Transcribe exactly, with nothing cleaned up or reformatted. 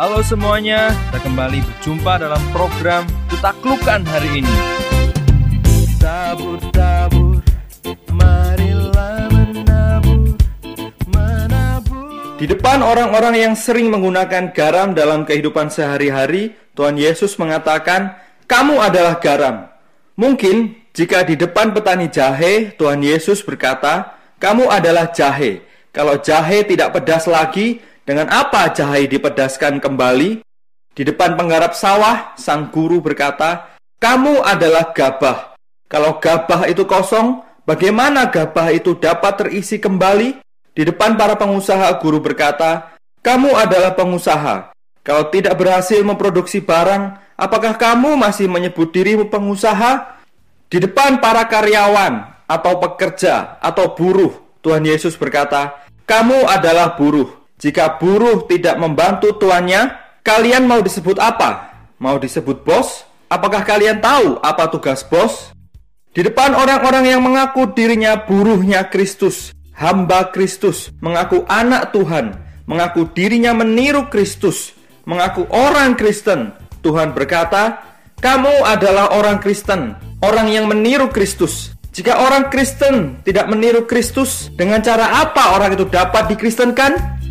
Halo semuanya, kita kembali berjumpa dalam program Kutaklukan hari ini. Tabur-tabur, marilah menabur, menabur. Di depan orang-orang yang sering menggunakan garam dalam kehidupan sehari-hari, Tuhan Yesus mengatakan, "Kamu adalah garam." Mungkin jika di depan petani jahe, Tuhan Yesus berkata, "Kamu adalah jahe." Kalau jahe tidak pedas lagi, dengan apa jahe dipedaskan kembali? Di depan penggarap sawah, sang guru berkata, "Kamu adalah gabah." Kalau gabah itu kosong, bagaimana gabah itu dapat terisi kembali? Di depan para pengusaha, guru berkata, "Kamu adalah pengusaha." Kalau tidak berhasil memproduksi barang, apakah kamu masih menyebut dirimu pengusaha? Di depan para karyawan, atau pekerja, atau buruh, Tuhan Yesus berkata, "Kamu adalah buruh." Jika buruh tidak membantu tuannya, kalian mau disebut apa? Mau disebut bos? Apakah kalian tahu apa tugas bos? Di depan orang-orang yang mengaku dirinya buruhnya Kristus, hamba Kristus, mengaku anak Tuhan, mengaku dirinya meniru Kristus, mengaku orang Kristen, Tuhan berkata, "Kamu adalah orang Kristen, orang yang meniru Kristus." Jika orang Kristen tidak meniru Kristus, dengan cara apa orang itu dapat dikristenkan?